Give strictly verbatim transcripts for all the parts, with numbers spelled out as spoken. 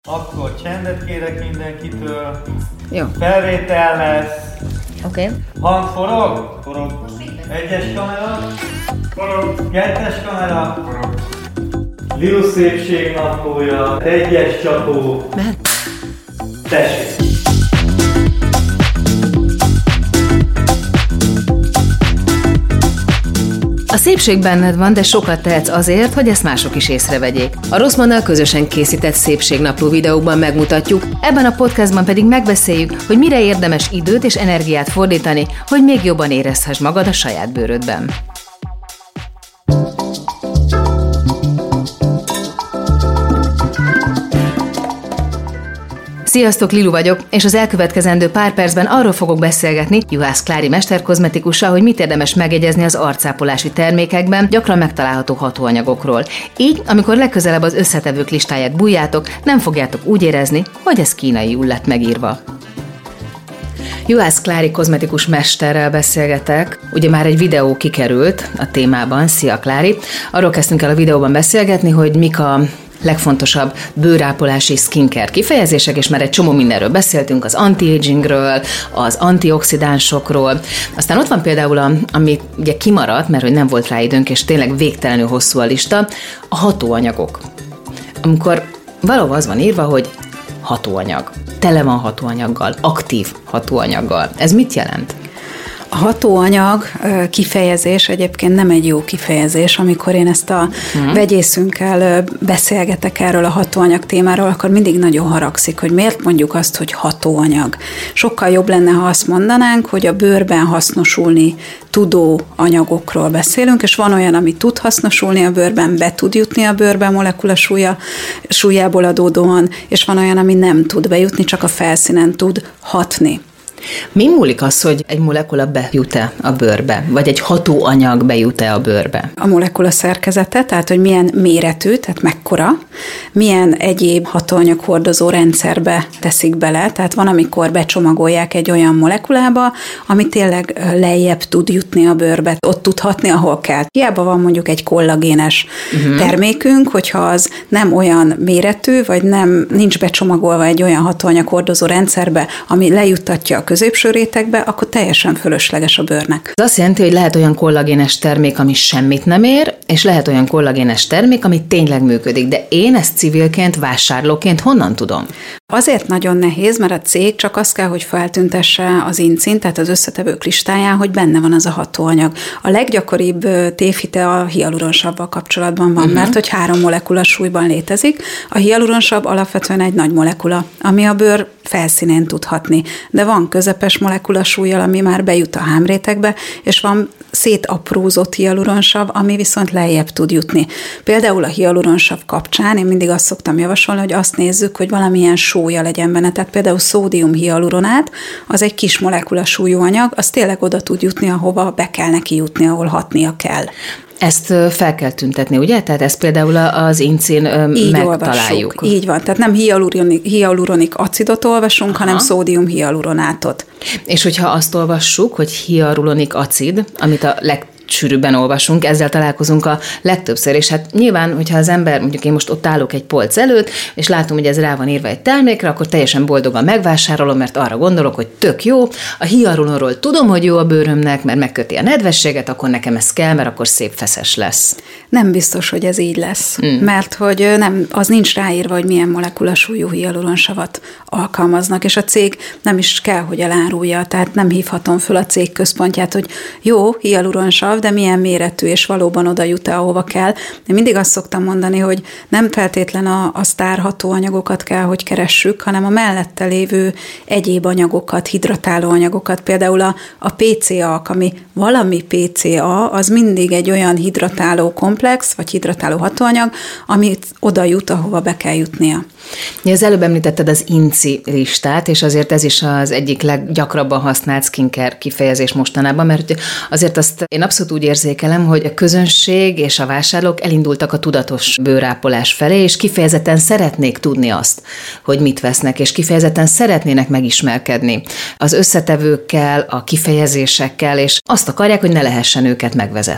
Akkor csendet kérek mindenkitől. Jó. Felvétel lesz. Oké. Okay. Hang forog? Forog. Egyes kamera? Forog. Kettes kamera? Forog. Lilu szépség naplója. Egyes csapó. Mehet. Tessék. A szépség benned van, de sokat tehetsz azért, hogy ezt mások is észrevegyék. A Rosszmannal közösen készített szépségnapló videókban megmutatjuk, ebben a podcastban pedig megbeszéljük, hogy mire érdemes időt és energiát fordítani, hogy még jobban érezhess magad a saját bőrödben. Sziasztok, Lilu vagyok, és az elkövetkezendő pár percben arról fogok beszélgetni Juhász Klári mesterkozmetikussal, hogy mit érdemes megjegyezni az arcápolási termékekben gyakran megtalálható hatóanyagokról. Így, amikor legközelebb az összetevők listáját bújjátok, nem fogjátok úgy érezni, hogy ez kínaiul lett megírva. Juhász Klári kozmetikus mesterrel beszélgetek. Ugye már egy videó kikerült a témában, szia Klári. Arról kezdtünk el a videóban beszélgetni, hogy mik a legfontosabb bőrápolási skincare kifejezések, és már egy csomó mindenről beszéltünk, az anti-agingről, az antioxidánsokról. Aztán ott van például, a, ami ugye kimaradt, mert hogy nem volt rá időnk, és tényleg végtelenül hosszú a lista, a hatóanyagok. Amikor valahol az van írva, hogy hatóanyag. Tele van hatóanyaggal, aktív hatóanyaggal. Ez mit jelent? A hatóanyag kifejezés egyébként nem egy jó kifejezés. Amikor én ezt a hmm. vegyészünkkel beszélgetek erről a hatóanyag témáról, akkor mindig nagyon haragszik, hogy miért mondjuk azt, hogy hatóanyag. Sokkal jobb lenne, ha azt mondanánk, hogy a bőrben hasznosulni tudó anyagokról beszélünk, és van olyan, ami tud hasznosulni a bőrben, be tud jutni a bőrbe molekula súlya, súlyából adódóan, és van olyan, ami nem tud bejutni, csak a felszínen tud hatni. Mi múlik az, hogy egy molekula bejut-e a bőrbe, vagy egy hatóanyag bejut-e a bőrbe? A molekula szerkezete, tehát hogy milyen méretű, tehát mekkora, milyen egyéb hatóanyag hordozó rendszerbe teszik bele, tehát van, amikor becsomagolják egy olyan molekulába, ami tényleg lejjebb tud jutni a bőrbe, ott tud hatni, ahol kell. Hiába van mondjuk egy kollagénes uh-huh. termékünk, hogyha az nem olyan méretű, vagy nem nincs becsomagolva egy olyan hatóanyag hordozó rendszerbe, ami lejuttatja a középső rétegbe, akkor teljesen fölösleges a bőrnek. Ez azt jelenti, hogy lehet olyan kollagénes termék, ami semmit nem ér, és lehet olyan kollagénes termék, ami tényleg működik. De én ezt civilként, vásárlóként honnan tudom? Azért nagyon nehéz, mert a cég csak azt kell, hogy feltüntesse az incin, tehát az összetevők listáján, hogy benne van az a hatóanyag. A leggyakoribb tévhite a hialuronsavval kapcsolatban van, uh-huh. mert hogy három molekula súlyban létezik. A hialuronsav alapvetően egy nagy molekula, ami a bőr felszínén tud hatni. De van közepes molekula súlyjal, ami már bejut a hámrétegbe, és van szétaprózott hialuronsav, ami viszont lejjebb tud jutni. Például a hialuronsav kapcsán én mindig azt szoktam javasolni, hogy azt nézzük, hogy valamilyen súlya legyen benne. Tehát például szódium hialuronát, az egy kis molekula súlyú anyag, az tényleg oda tud jutni, ahova be kell neki jutni, ahol hatnia kell. Ezt fel kell tüntetni, ugye? Tehát ezt például az incin így megtaláljuk. Olvassuk. Így van, tehát nem hialuronik, hialuronik acidot olvasunk, Aha. hanem szódium hialuronátot. És hogyha azt olvassuk, hogy hialuronik acid, amit a leg sűrűbben olvasunk, ezzel találkozunk a legtöbbször, és hát nyilván, hogyha az ember, mondjuk én most ott állok egy polc előtt, és látom, hogy ez rá van írva egy termékre, akkor teljesen boldogan megvásárolom, mert arra gondolok, hogy tök jó, a hialuronról tudom, hogy jó a bőrömnek, mert megköti a nedvességet, akkor nekem ez kell, mert akkor szép feszes lesz. Nem biztos, hogy ez így lesz, mm. mert hogy nem, az nincs ráírva, hogy milyen molekulasúlyú hialuronsavat alkalmaznak, és a cég nem is kell, hogy elárulja, tehát nem hívhatom föl a cég központját, hogy jó, hialuronsav, de milyen méretű, és valóban oda jut-e, ahova kell. Én mindig azt szoktam mondani, hogy nem feltétlen a, a sztárható anyagokat kell, hogy keressük, hanem a mellette lévő egyéb anyagokat, hidratáló anyagokat, például a, a pé cé á-k, ami valami pé cé á, az mindig egy olyan hidratáló komplex, vagy hidratáló hatóanyag, amit oda jut, ahova be kell jutnia. Ja, az előbb említetted az inci listát, és azért ez is az egyik leggyakrabban használt skincare kifejezés mostanában, mert azért azt én abszolút úgy érzékelem, hogy a közönség és a vásárlók elindultak a tudatos bőrápolás felé, és kifejezetten szeretnék tudni azt, hogy mit vesznek, és kifejezetten szeretnének megismerkedni az összetevőkkel, a kifejezésekkel, és azt akarják, hogy ne lehessen őket megvezetni.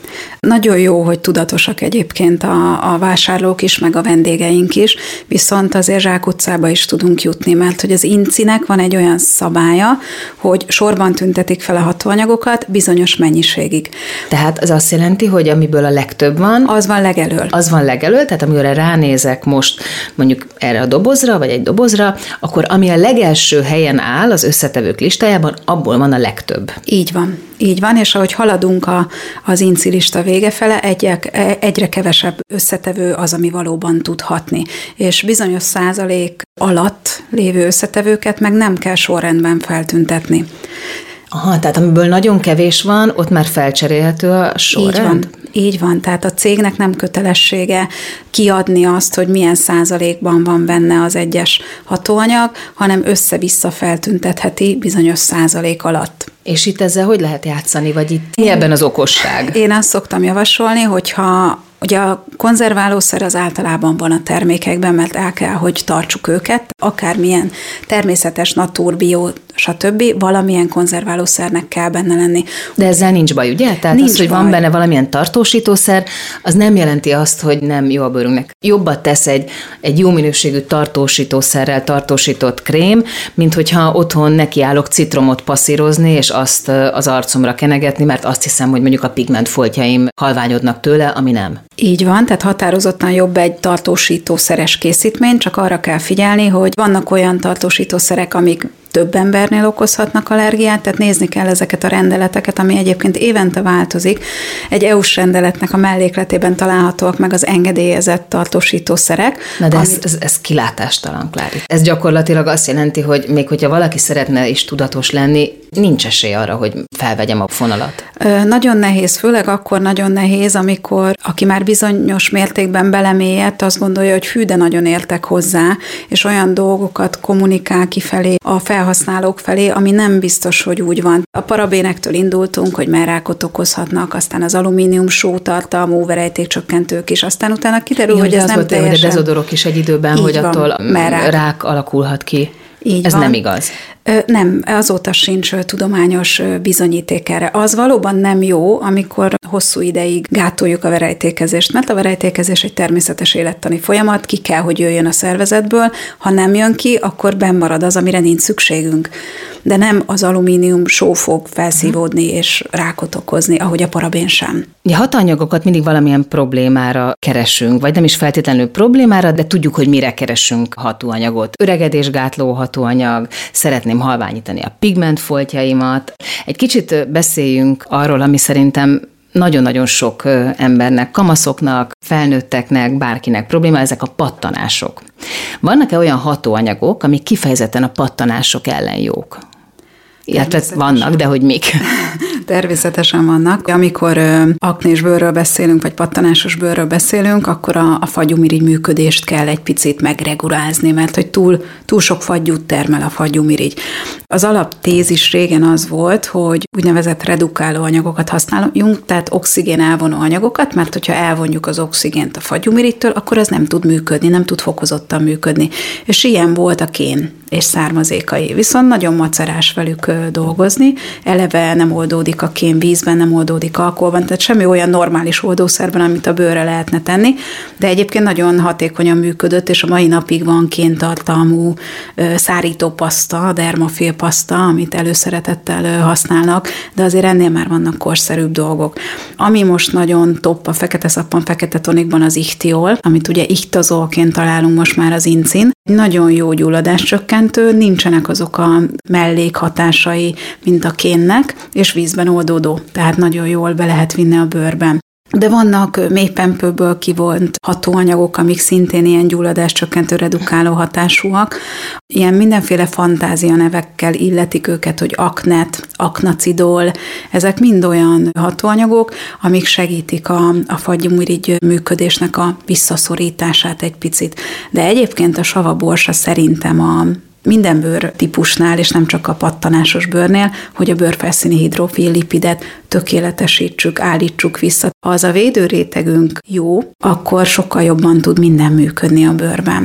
Nagyon jó, hogy tudatosak egyébként a, a vásárlók is, meg a vendégeink is, viszont azért zsákutcába is tudunk jutni, mert hogy az incinek van egy olyan szabálya, hogy sorban tüntetik fel a hatóanyagokat bizonyos mennyiségig. Tehát az azt jelenti, hogy amiből a legtöbb van, az van legelől. Az van legelől, tehát amire ránézek most mondjuk erre a dobozra, vagy egy dobozra, akkor ami a legelső helyen áll az összetevők listájában, abból van a legtöbb. Így van. Így van, és ahogy haladunk a, az inci lista vége fele, egyek, egyre kevesebb összetevő az, ami valóban tud hatni. És bizonyos százalék alatt lévő összetevőket meg nem kell sorrendben feltüntetni. Aha, tehát amiből nagyon kevés van, ott már felcserélhető a sorrend? Így van. Így van, tehát a cégnek nem kötelessége kiadni azt, hogy milyen százalékban van benne az egyes hatóanyag, hanem össze-vissza feltüntetheti bizonyos százalék alatt. És itt ezzel hogy lehet játszani, vagy itt mi ebben az okosság? Én azt szoktam javasolni, hogyha ugye a konzerválószer az általában van a termékekben, mert el kell, hogy tartsuk őket, akármilyen természetes, natur, bio, stb. Valamilyen konzerválószernek kell benne lenni. De ezzel nincs baj, ugye? Tehát nincs az, hogy baj. Van benne valamilyen tartósítószer, az nem jelenti azt, hogy nem jó a bőrünknek. Jobbat tesz egy, egy jó minőségű tartósítószerrel tartósított krém, mint hogyha otthon nekiállok citromot passzírozni, és azt az arcomra kenegetni, mert azt hiszem, hogy mondjuk a pigmentfoltjaim halványodnak tőle, ami nem. Így van, tehát határozottan jobb egy tartósítószeres készítmény, csak arra kell figyelni, hogy vannak olyan tartósítószerek, amik több embernél okozhatnak allergiát, tehát nézni kell ezeket a rendeleteket, ami egyébként évente változik. Egy é u-s rendeletnek a mellékletében találhatóak meg az engedélyezett tartósítószerek. Na de ez, ez, ez kilátástalan, Klári. Ez gyakorlatilag azt jelenti, hogy még hogyha valaki szeretne is tudatos lenni, nincs esély arra, hogy felvegyem a fonalat. Ö, nagyon nehéz, főleg akkor nagyon nehéz, amikor aki már bizonyos mértékben belemélyedt, azt gondolja, hogy fű, de nagyon értek hozzá, és olyan dolgokat kommunikál kifelé a felhasználók felé, ami nem biztos, hogy úgy van. A parabénektől indultunk, hogy mellrákot okozhatnak, aztán az alumínium sótartalmú verejtékcsökkentők is, aztán utána kiderül, ja, hogy ez nem volt, teljesen... Hogy a dezodorok is egy időben, így hogy van, attól rák. rák alakulhat ki. Így ez van. nem igaz. Nem, azóta sincs tudományos bizonyíték erre. Az valóban nem jó, amikor hosszú ideig gátoljuk a verejtékezést, mert a verejtékezés egy természetes élettani folyamat, ki kell, hogy jöjjön a szervezetből, ha nem jön ki, akkor benn marad az, amire nincs szükségünk. De nem az alumínium só fog felszívódni és rákot okozni, ahogy a parabén sem. Ja, hatóanyagokat mindig valamilyen problémára keresünk, vagy nem is feltétlenül problémára, de tudjuk, hogy mire keresünk hatóanyagot. Öregedésgátló hatóanyag, szeretném halványítani a pigmentfoltjaimat. Egy kicsit beszéljünk arról, ami szerintem nagyon-nagyon sok embernek, kamaszoknak, felnőtteknek, bárkinek probléma, ezek a pattanások. Vannak-e olyan hatóanyagok, amik kifejezetten a pattanások ellen jók? Illetve vannak, de hogy mik? Természetesen vannak. Amikor ö, aknés bőrről beszélünk, vagy pattanásos bőrről beszélünk, akkor a, a fagyumirigy működést kell egy picit megregulázni, mert hogy túl, túl sok fagyút termel a fagyumirigy. Az alaptézis régen az volt, hogy úgynevezett redukáló anyagokat használjunk, tehát oxigén elvonó anyagokat, mert hogyha elvonjuk az oxigént a fagyumirigytől, akkor az nem tud működni, nem tud fokozottan működni. És ilyen volt a kén és származékai. Viszont nagyon macerás velük dolgozni, eleve nem oldódik a kén vízben, nem oldódik alkoholban, tehát semmi olyan normális oldószerben, amit a bőrre lehetne tenni, de egyébként nagyon hatékonyan működött, és a mai napig van kéntartalmú szárítópaszta, a dermafil paszta, amit előszeretettel használnak, de azért ennél már vannak korszerűbb dolgok. Ami most nagyon top a fekete szappan, fekete tonikban az ichtiol, amit ugye ichtazolként találunk most már az incin. Nagyon jó gyulladáscsökkentő, nincsenek azok a mellékhatásai, mint a kénnek, és vízben oldódó, tehát nagyon jól be lehet vinni a bőrben. De vannak mélypempőből kivont hatóanyagok, amik szintén ilyen gyulladáscsökkentő redukáló hatásúak. Ilyen mindenféle fantázia nevekkel illetik őket, hogy aknet, aknacidol, ezek mind olyan hatóanyagok, amik segítik a, a fagyumirigy működésnek a visszaszorítását egy picit. De egyébként a savaborsa szerintem a minden bőr típusnál, és nem csak a pattanásos bőrnél, hogy a bőrfelszíni hidrofil lipidet tökéletesítsük, állítsuk vissza. Ha az a védőrétegünk jó, akkor sokkal jobban tud minden működni a bőrben.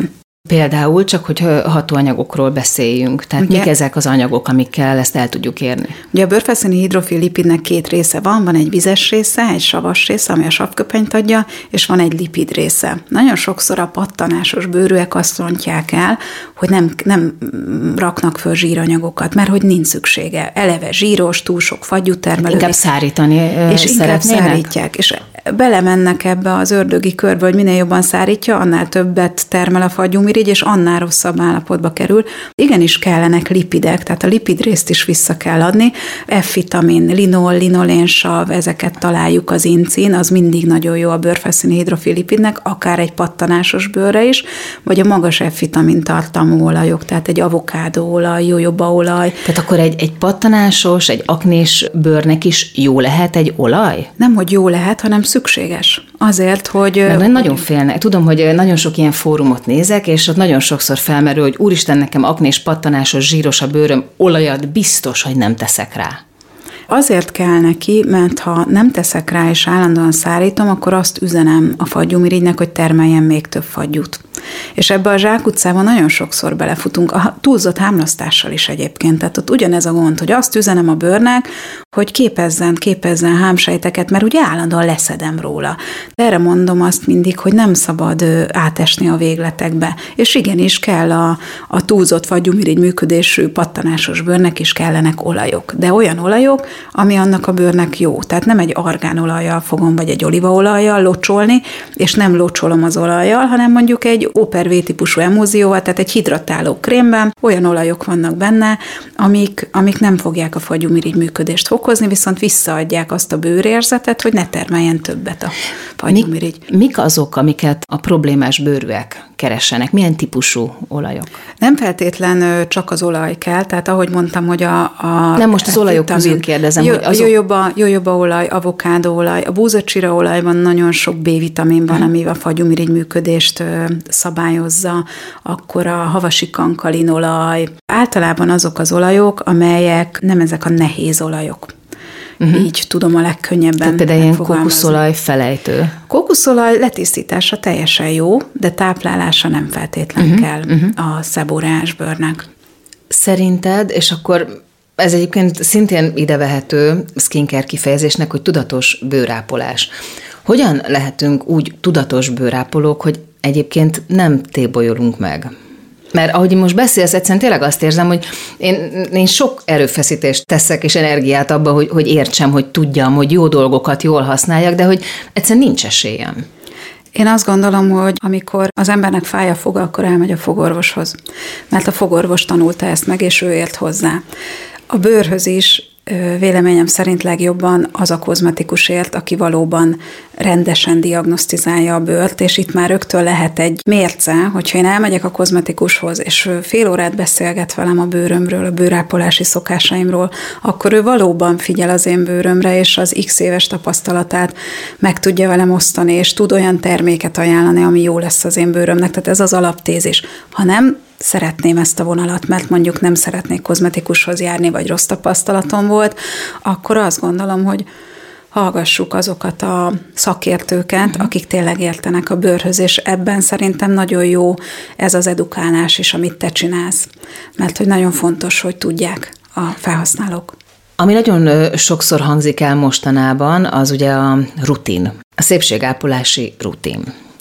Például csak, hogy hatóanyagokról beszéljünk. Tehát ugye, mik ezek az anyagok, amikkel ezt el tudjuk érni? Ugye a bőrfelszíni hidrofil lipidnek két része van, van egy vizes része, egy savas része, ami a savköpenyt adja, és van egy lipid része. Nagyon sokszor a pattanásos bőrűek azt rontják el, hogy nem, nem raknak föl zsíranyagokat, mert hogy nincs szüksége. Eleve zsíros, túl sok fagyú termelő. Inkább szárítani és inkább szárítják. És belemennek ebbe az ördögi körbe, hogy minél jobban szárítja, annál többet termel a fagyúmirigy, és annál rosszabb állapotba kerül. Igenis kellenek lipidek, tehát a lipid részt is vissza kell adni. F-vitamin, linol, linolénsav, ezeket találjuk az incin, az mindig nagyon jó a bőrfelszíni hidrofil lipidnek, akár egy pattanásos bőrre is, vagy a magas F-vitamin tartalmú olajok, tehát egy avokádóolaj, jojobaolaj. Tehát akkor egy, egy pattanásos, egy aknés bőrnek is jó lehet egy olaj? Nem, hogy jó lehet, hanem szükséges. Azért, hogy... Mert hogy... nagyon félnek. Tudom, hogy nagyon sok ilyen fórumot nézek, és ott nagyon sokszor felmerül, hogy úristen, nekem aknés, pattanásos, zsíros a bőröm, olajat biztos, hogy nem teszek rá. Azért kell neki, mert ha nem teszek rá és állandóan szárítom, akkor azt üzenem a fagyúmirigynek, hogy termeljen még több fagyút. És ebbe a zsákutcában nagyon sokszor belefutunk, a túlzott hámlasztással is egyébként. Tehát ott ugyanez a gond, hogy azt üzenem a bőrnek, hogy képezzen, képezzen hámsejteket, mert ugye állandóan leszedem róla. De erre mondom azt mindig, hogy nem szabad átesni a végletekbe. És igenis kell a, a túlzott fagyúmirigy működésű pattanásos bőrnek is kellenek olajok. De olyan olajok, ami annak a bőrnek jó. Tehát nem egy argánolajjal fogom, vagy egy olívaolajjal locsolni, és nem locsolom az olajjal, hanem mondjuk egy Oper-V-típusú emulzióval, tehát egy hidratáló krémben olyan olajok vannak benne, amik, amik nem fogják a fagyúmirigy működést fokozni, viszont visszaadják azt a bőrérzetet, hogy ne termeljen többet a fagyúmirigy. Mik, mik azok, amiket a problémás bőrűek keressenek? Milyen típusú olajok? Nem feltétlen csak az olaj kell, tehát ahogy mondtam, hogy a... a nem most az olajok közül kérdezem, jó, hogy azok... Jojoba, jojobaolaj, avokádóolaj, a búzacsiraolajban nagyon sok B-vitamin van, ami a fagyúmirigy működést szabályozza, akkor a havasi kankalinolaj. Általában azok az olajok, amelyek nem ezek a nehéz olajok. Uh-huh. Így tudom a legkönnyebben tehát például ilyen kókuszolaj felejtő. Kókuszolaj letisztítása teljesen jó, de táplálása nem feltétlen uh-huh. kell uh-huh. a szeboreás bőrnek. Szerinted, és akkor ez egyébként szintén idevehető skincare kifejezésnek, hogy tudatos bőrápolás. Hogyan lehetünk úgy tudatos bőrápolók, hogy egyébként nem tébolyolunk meg? Mert ahogy most beszélsz, egyszerűen tényleg azt érzem, hogy én, én sok erőfeszítést teszek és energiát abba, hogy, hogy értsem, hogy tudjam, hogy jó dolgokat jól használjak, de hogy egyszerűen nincs esélyem. Én azt gondolom, hogy amikor az embernek fáj a foga, akkor elmegy a fogorvoshoz. Mert a fogorvos tanulta ezt meg, és ő ért hozzá. A bőrhöz is véleményem szerint legjobban az a kozmetikus ért, aki valóban rendesen diagnosztizálja a bőrt, és itt már rögtön lehet egy mérce, hogyha én elmegyek a kozmetikushoz, és fél órát beszélget velem a bőrömről, a bőrápolási szokásaimról, akkor ő valóban figyel az én bőrömre, és az x éves tapasztalatát meg tudja velem osztani, és tud olyan terméket ajánlani, ami jó lesz az én bőrömnek. Tehát ez az alaptézis. Ha nem szeretném ezt a vonalat, mert mondjuk nem szeretnék kozmetikushoz járni, vagy rossz tapasztalatom volt, akkor azt gondolom, hogy hallgassuk azokat a szakértőket, uh-huh. akik tényleg értenek a bőrhöz, és ebben szerintem nagyon jó ez az edukálás is, amit te csinálsz. Mert hogy nagyon fontos, hogy tudják a felhasználók. Ami nagyon sokszor hangzik el mostanában, az ugye a rutin, a szépségápolási rutin.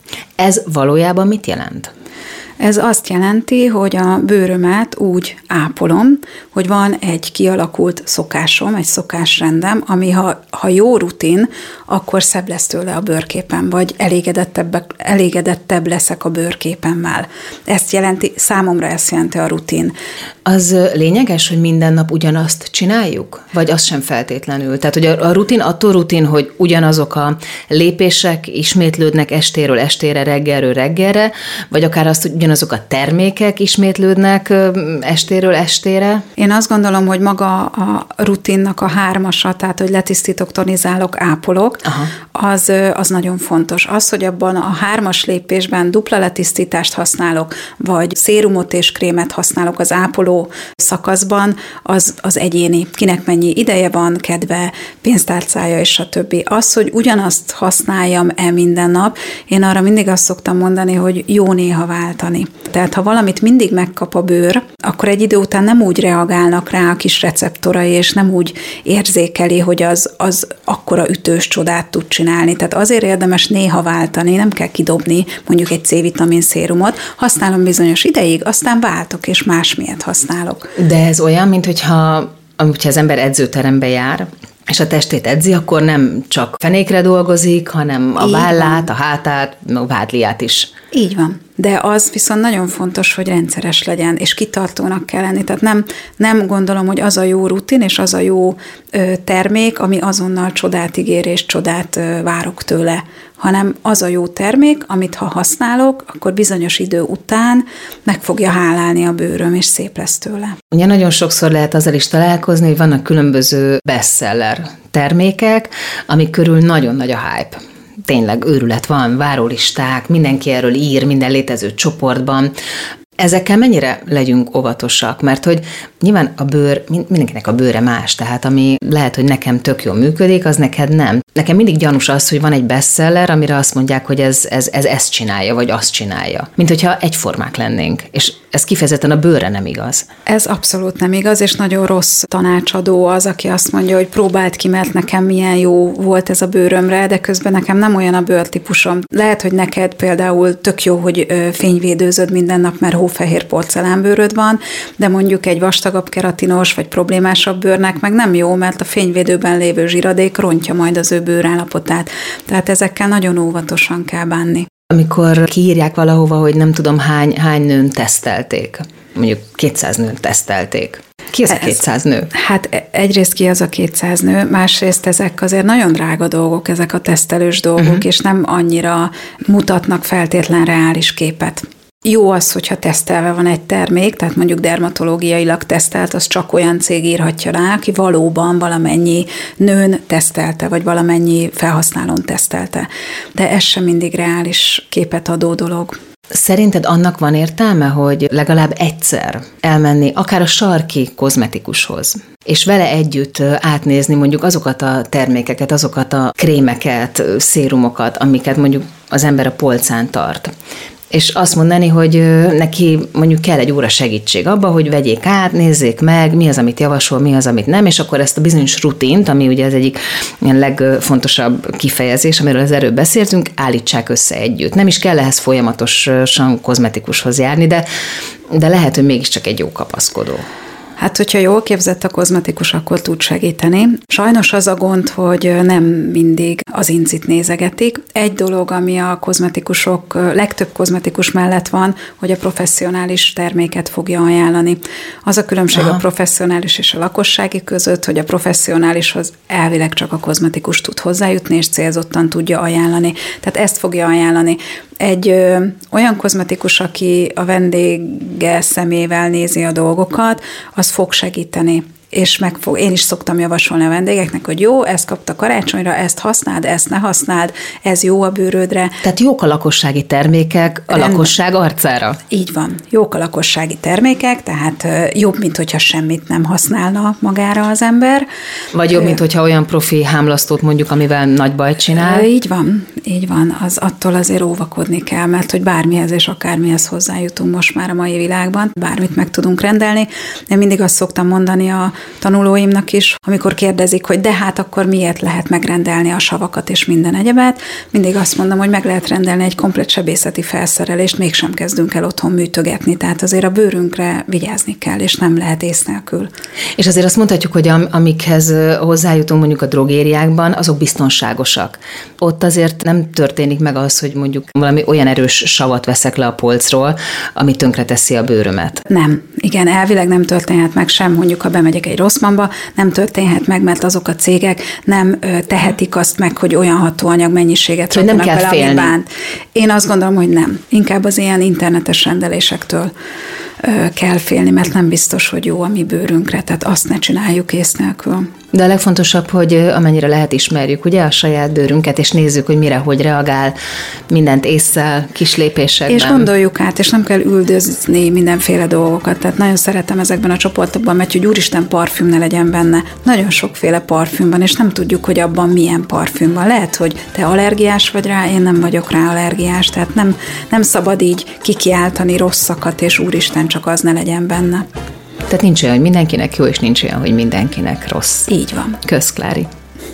Ez valójában mit jelent? Ez azt jelenti, hogy a bőrömet úgy ápolom, hogy van egy kialakult szokásom, egy szokásrendem, ami ha, ha jó rutin, akkor szebb lesz tőle a bőrképen, vagy elégedettebb, elégedettebb leszek a bőrképemmel. Ezt jelenti, számomra ezt jelenti a rutin. Az lényeges, hogy minden nap ugyanazt csináljuk? Vagy az sem feltétlenül? Tehát, hogy a rutin attól rutin, hogy ugyanazok a lépések ismétlődnek estéről estére, reggelről reggelre, vagy akár azt, hogy ugyanazok a termékek ismétlődnek estéről estére? Én azt gondolom, hogy maga a rutinnak a hármasa, tehát hogy letisztítok, tonizálok, ápolok, az, az nagyon fontos. Az, hogy abban a hármas lépésben dupla letisztítást használok, vagy szérumot és krémet használok az ápoló szakaszban, az, az egyéni. Kinek mennyi ideje van, kedve, pénztárcája és a többi. Az, hogy ugyanazt használjam el minden nap, én arra mindig azt szoktam mondani, hogy jó néha váltani. váltani. Tehát ha valamit mindig megkap a bőr, akkor egy idő után nem úgy reagálnak rá a kis receptorai, és nem úgy érzékeli, hogy az, az akkora ütős csodát tud csinálni. Tehát azért érdemes néha váltani, nem kell kidobni mondjuk egy C-vitamin szérumot, használom bizonyos ideig, aztán váltok, és másmilyet használok. De ez olyan, mint hogyha, hogyha az ember edzőterembe jár, és a testét edzi, akkor nem csak fenékre dolgozik, hanem a vállát, a hátát, a vádliát is. Így van. De az viszont nagyon fontos, hogy rendszeres legyen, és kitartónak kell lenni. Tehát nem, nem gondolom, hogy az a jó rutin, és az a jó ö, termék, ami azonnal csodát ígér, és csodát ö, várok tőle, hanem az a jó termék, amit ha használok, akkor bizonyos idő után meg fogja hálálni a bőröm, és szép lesz tőle. Ugye nagyon sokszor lehet azzal is találkozni, hogy vannak különböző bestseller termékek, amik körül nagyon nagy a hype. Tényleg őrület van, várólisták, mindenki erről ír, minden létező csoportban. Ezekkel mennyire legyünk óvatosak? Mert hogy nyilván a bőr, mindenkinek a bőre más, tehát ami lehet, hogy nekem tök jól működik, az neked nem. Nekem mindig gyanús az, hogy van egy bestseller, amire azt mondják, hogy ez, ez, ez ezt csinálja, vagy azt csinálja. Mint hogyha egyformák lennénk. És ez kifejezetten a bőrre nem igaz. Ez abszolút nem igaz, és nagyon rossz tanácsadó az, aki azt mondja, hogy próbáld ki, mert nekem milyen jó volt ez a bőrömre, de közben nekem nem olyan a bőrtípusom. Lehet, hogy neked például tök jó, hogy fényvédőzöd minden nap, mert hófehér porcelánbőröd van, de mondjuk egy vastagabb keratinos vagy problémásabb bőrnek meg nem jó, mert a fényvédőben lévő zsiradék rontja majd az ő bőrállapotát. Tehát ezekkel nagyon óvatosan kell bánni. Amikor kiírják valahova, hogy nem tudom hány, hány nőn tesztelték, mondjuk kétszáz nőn tesztelték. Ki az a kétszáz nő? Hát egyrészt ki az a kétszáz nő, másrészt ezek azért nagyon drága dolgok, ezek a tesztelős dolgok, uh-huh. és nem annyira mutatnak feltétlen reális képet. Jó az, hogyha tesztelve van egy termék, tehát mondjuk dermatológiailag tesztelt, az csak olyan cég írhatja rá, aki valóban valamennyi nőn tesztelte, vagy valamennyi felhasználón tesztelte. De ez sem mindig reális képet adó dolog. Szerinted annak van értelme, hogy legalább egyszer elmenni akár a sarki kozmetikushoz, és vele együtt átnézni mondjuk azokat a termékeket, azokat a krémeket, szérumokat, amiket mondjuk az ember a polcán tart, és azt mondani, hogy neki mondjuk kell egy óra segítség abba, hogy vegyék át, nézzék meg, mi az, amit javasol, mi az, amit nem, és akkor ezt a bizonyos rutint, ami ugye az egyik ilyen legfontosabb kifejezés, amiről az előbb beszéltünk, állítsák össze együtt. Nem is kell ehhez folyamatosan kozmetikushoz járni, de, de lehet, hogy mégiscsak egy jó kapaszkodó. Hát, hogyha jól képzett a kozmetikus, akkor tud segíteni. Sajnos az a gond, hogy nem mindig az incit nézegetik. Egy dolog, ami a kozmetikusok, legtöbb kozmetikus mellett van, hogy a professzionális terméket fogja ajánlani. Az a különbség Aha. a professzionális és a lakossági között, hogy a professzionálishoz elvileg csak a kozmetikus tud hozzájutni, és célzottan tudja ajánlani. Tehát ezt fogja ajánlani. Egy ö, olyan kozmetikus, aki a vendége szemével nézi a dolgokat, az fog segíteni. És meg fog, én is szoktam javasolni a vendégeknek, hogy jó, ezt kapta karácsonyra, ezt használd, ezt ne használd, ez jó a bőrödre. Tehát jók a lakossági termékek a Rendben. lakosság arcára. Így van. Jók a lakossági termékek, tehát jobb, mint hogyha semmit nem használna magára az ember. Vagy jobb, mint hogyha olyan profi hámlasztót mondjuk, amivel nagy bajt csinál. Így van, így van. Az attól azért óvakodni kell, mert hogy bármihez és akármihez hozzájutunk most már a mai világban, bármit meg tudunk rendelni. Én mindig azt szoktam mondani a tanulóimnak is, amikor kérdezik, hogy de hát akkor miért lehet megrendelni a savakat és minden egyebet, mindig azt mondom, hogy meg lehet rendelni egy komplett sebészeti felszerelést, mégsem kezdünk el otthon műtögetni, tehát azért a bőrünkre vigyázni kell, és nem lehet ész nélkül. És azért azt mondhatjuk, hogy am- amikhez hozzájutunk mondjuk a drogériákban, azok biztonságosak. Ott azért nem történik meg az, hogy mondjuk valami olyan erős savat veszek le a polcról, ami tönkreteszi a bőrömet. Nem. Igen, elvileg nem történhet meg sem, mondjuk ha bemegyek egy Rossmannba, nem történhet meg, mert azok a cégek nem ö, tehetik azt meg, hogy olyan hatóanyag mennyiséget raknak bele, ami bánt. Én azt gondolom, hogy nem. Inkább az ilyen internetes rendelésektől ö, kell félni, mert nem biztos, hogy jó a mi bőrünkre, tehát azt ne csináljuk ész nélkül. De a legfontosabb, hogy amennyire lehet ismerjük ugye a saját bőrünket, és nézzük, hogy mire, hogy reagál, mindent ésszel, kis lépésekben. És gondoljuk át, és nem kell üldözni mindenféle dolgokat. Tehát nagyon szeretem ezekben a csoportokban, mert hogy úristen, parfüm ne legyen benne. Nagyon sokféle parfüm van, és nem tudjuk, hogy abban milyen parfüm van. Lehet, hogy te allergiás vagy rá, én nem vagyok rá allergiás, tehát nem, nem szabad így kikiáltani rosszakat, és úristen, csak az ne legyen benne. Tehát nincs olyan, hogy mindenkinek jó, és nincs olyan, hogy mindenkinek rossz. Így van. Kösz, Klári.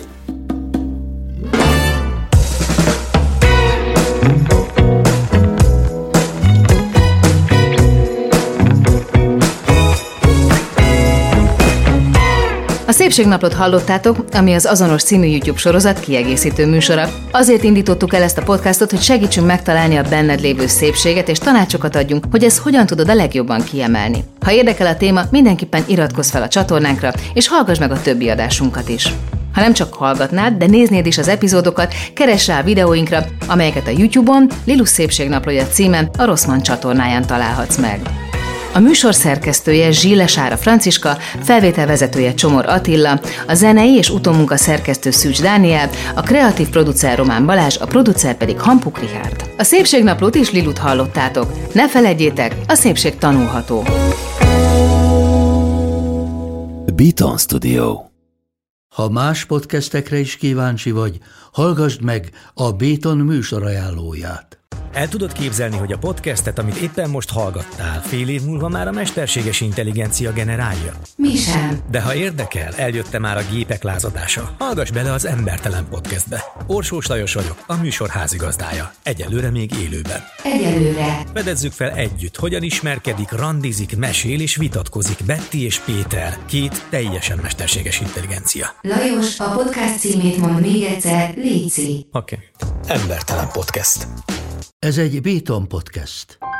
A Szépségnaplót hallottátok, ami az Azonos című YouTube sorozat kiegészítő műsora. Azért indítottuk el ezt a podcastot, hogy segítsünk megtalálni a benned lévő szépséget, és tanácsokat adjunk, hogy ezt hogyan tudod a legjobban kiemelni. Ha érdekel a téma, mindenképpen iratkozz fel a csatornánkra, és hallgass meg a többi adásunkat is. Ha nem csak hallgatnád, de néznéd is az epizódokat, keress rá a videóinkra, amelyeket a YouTube-on Lilus Szépségnaplója címen a Rosszman csatornáján találhatsz meg. A műsor szerkesztője Zsille Sára Franciska, felvételvezetője Csomor Attila, a zenei és utómunka szerkesztő Szűcs Dániel, a kreatív producer Román Balázs, a producer pedig Hampuk Richárd. A Szépségnaplót is Lilut hallottátok. Ne feledjétek, a szépség tanulható. Beaton Studio. Ha más podcastekre is kíváncsi vagy, hallgassd meg a Beaton műsor ajánlóját. El tudod képzelni, hogy a podcastet, amit éppen most hallgattál, fél év múlva már a mesterséges intelligencia generálja? Mi sem. De ha érdekel, eljött már a gépek lázadása. Hallgass bele az Embertelen podcastbe. Orsós Lajos vagyok, a műsor házigazdája. Egyelőre még élőben. Egyelőre. Fedezzük fel együtt, hogyan ismerkedik, randizik, mesél és vitatkozik Betty és Péter, két teljesen mesterséges intelligencia. Lajos, a podcast címét mond még egyszer, léci. Oké. Okay. Embertelen podcast. Ez egy Beaton podcast.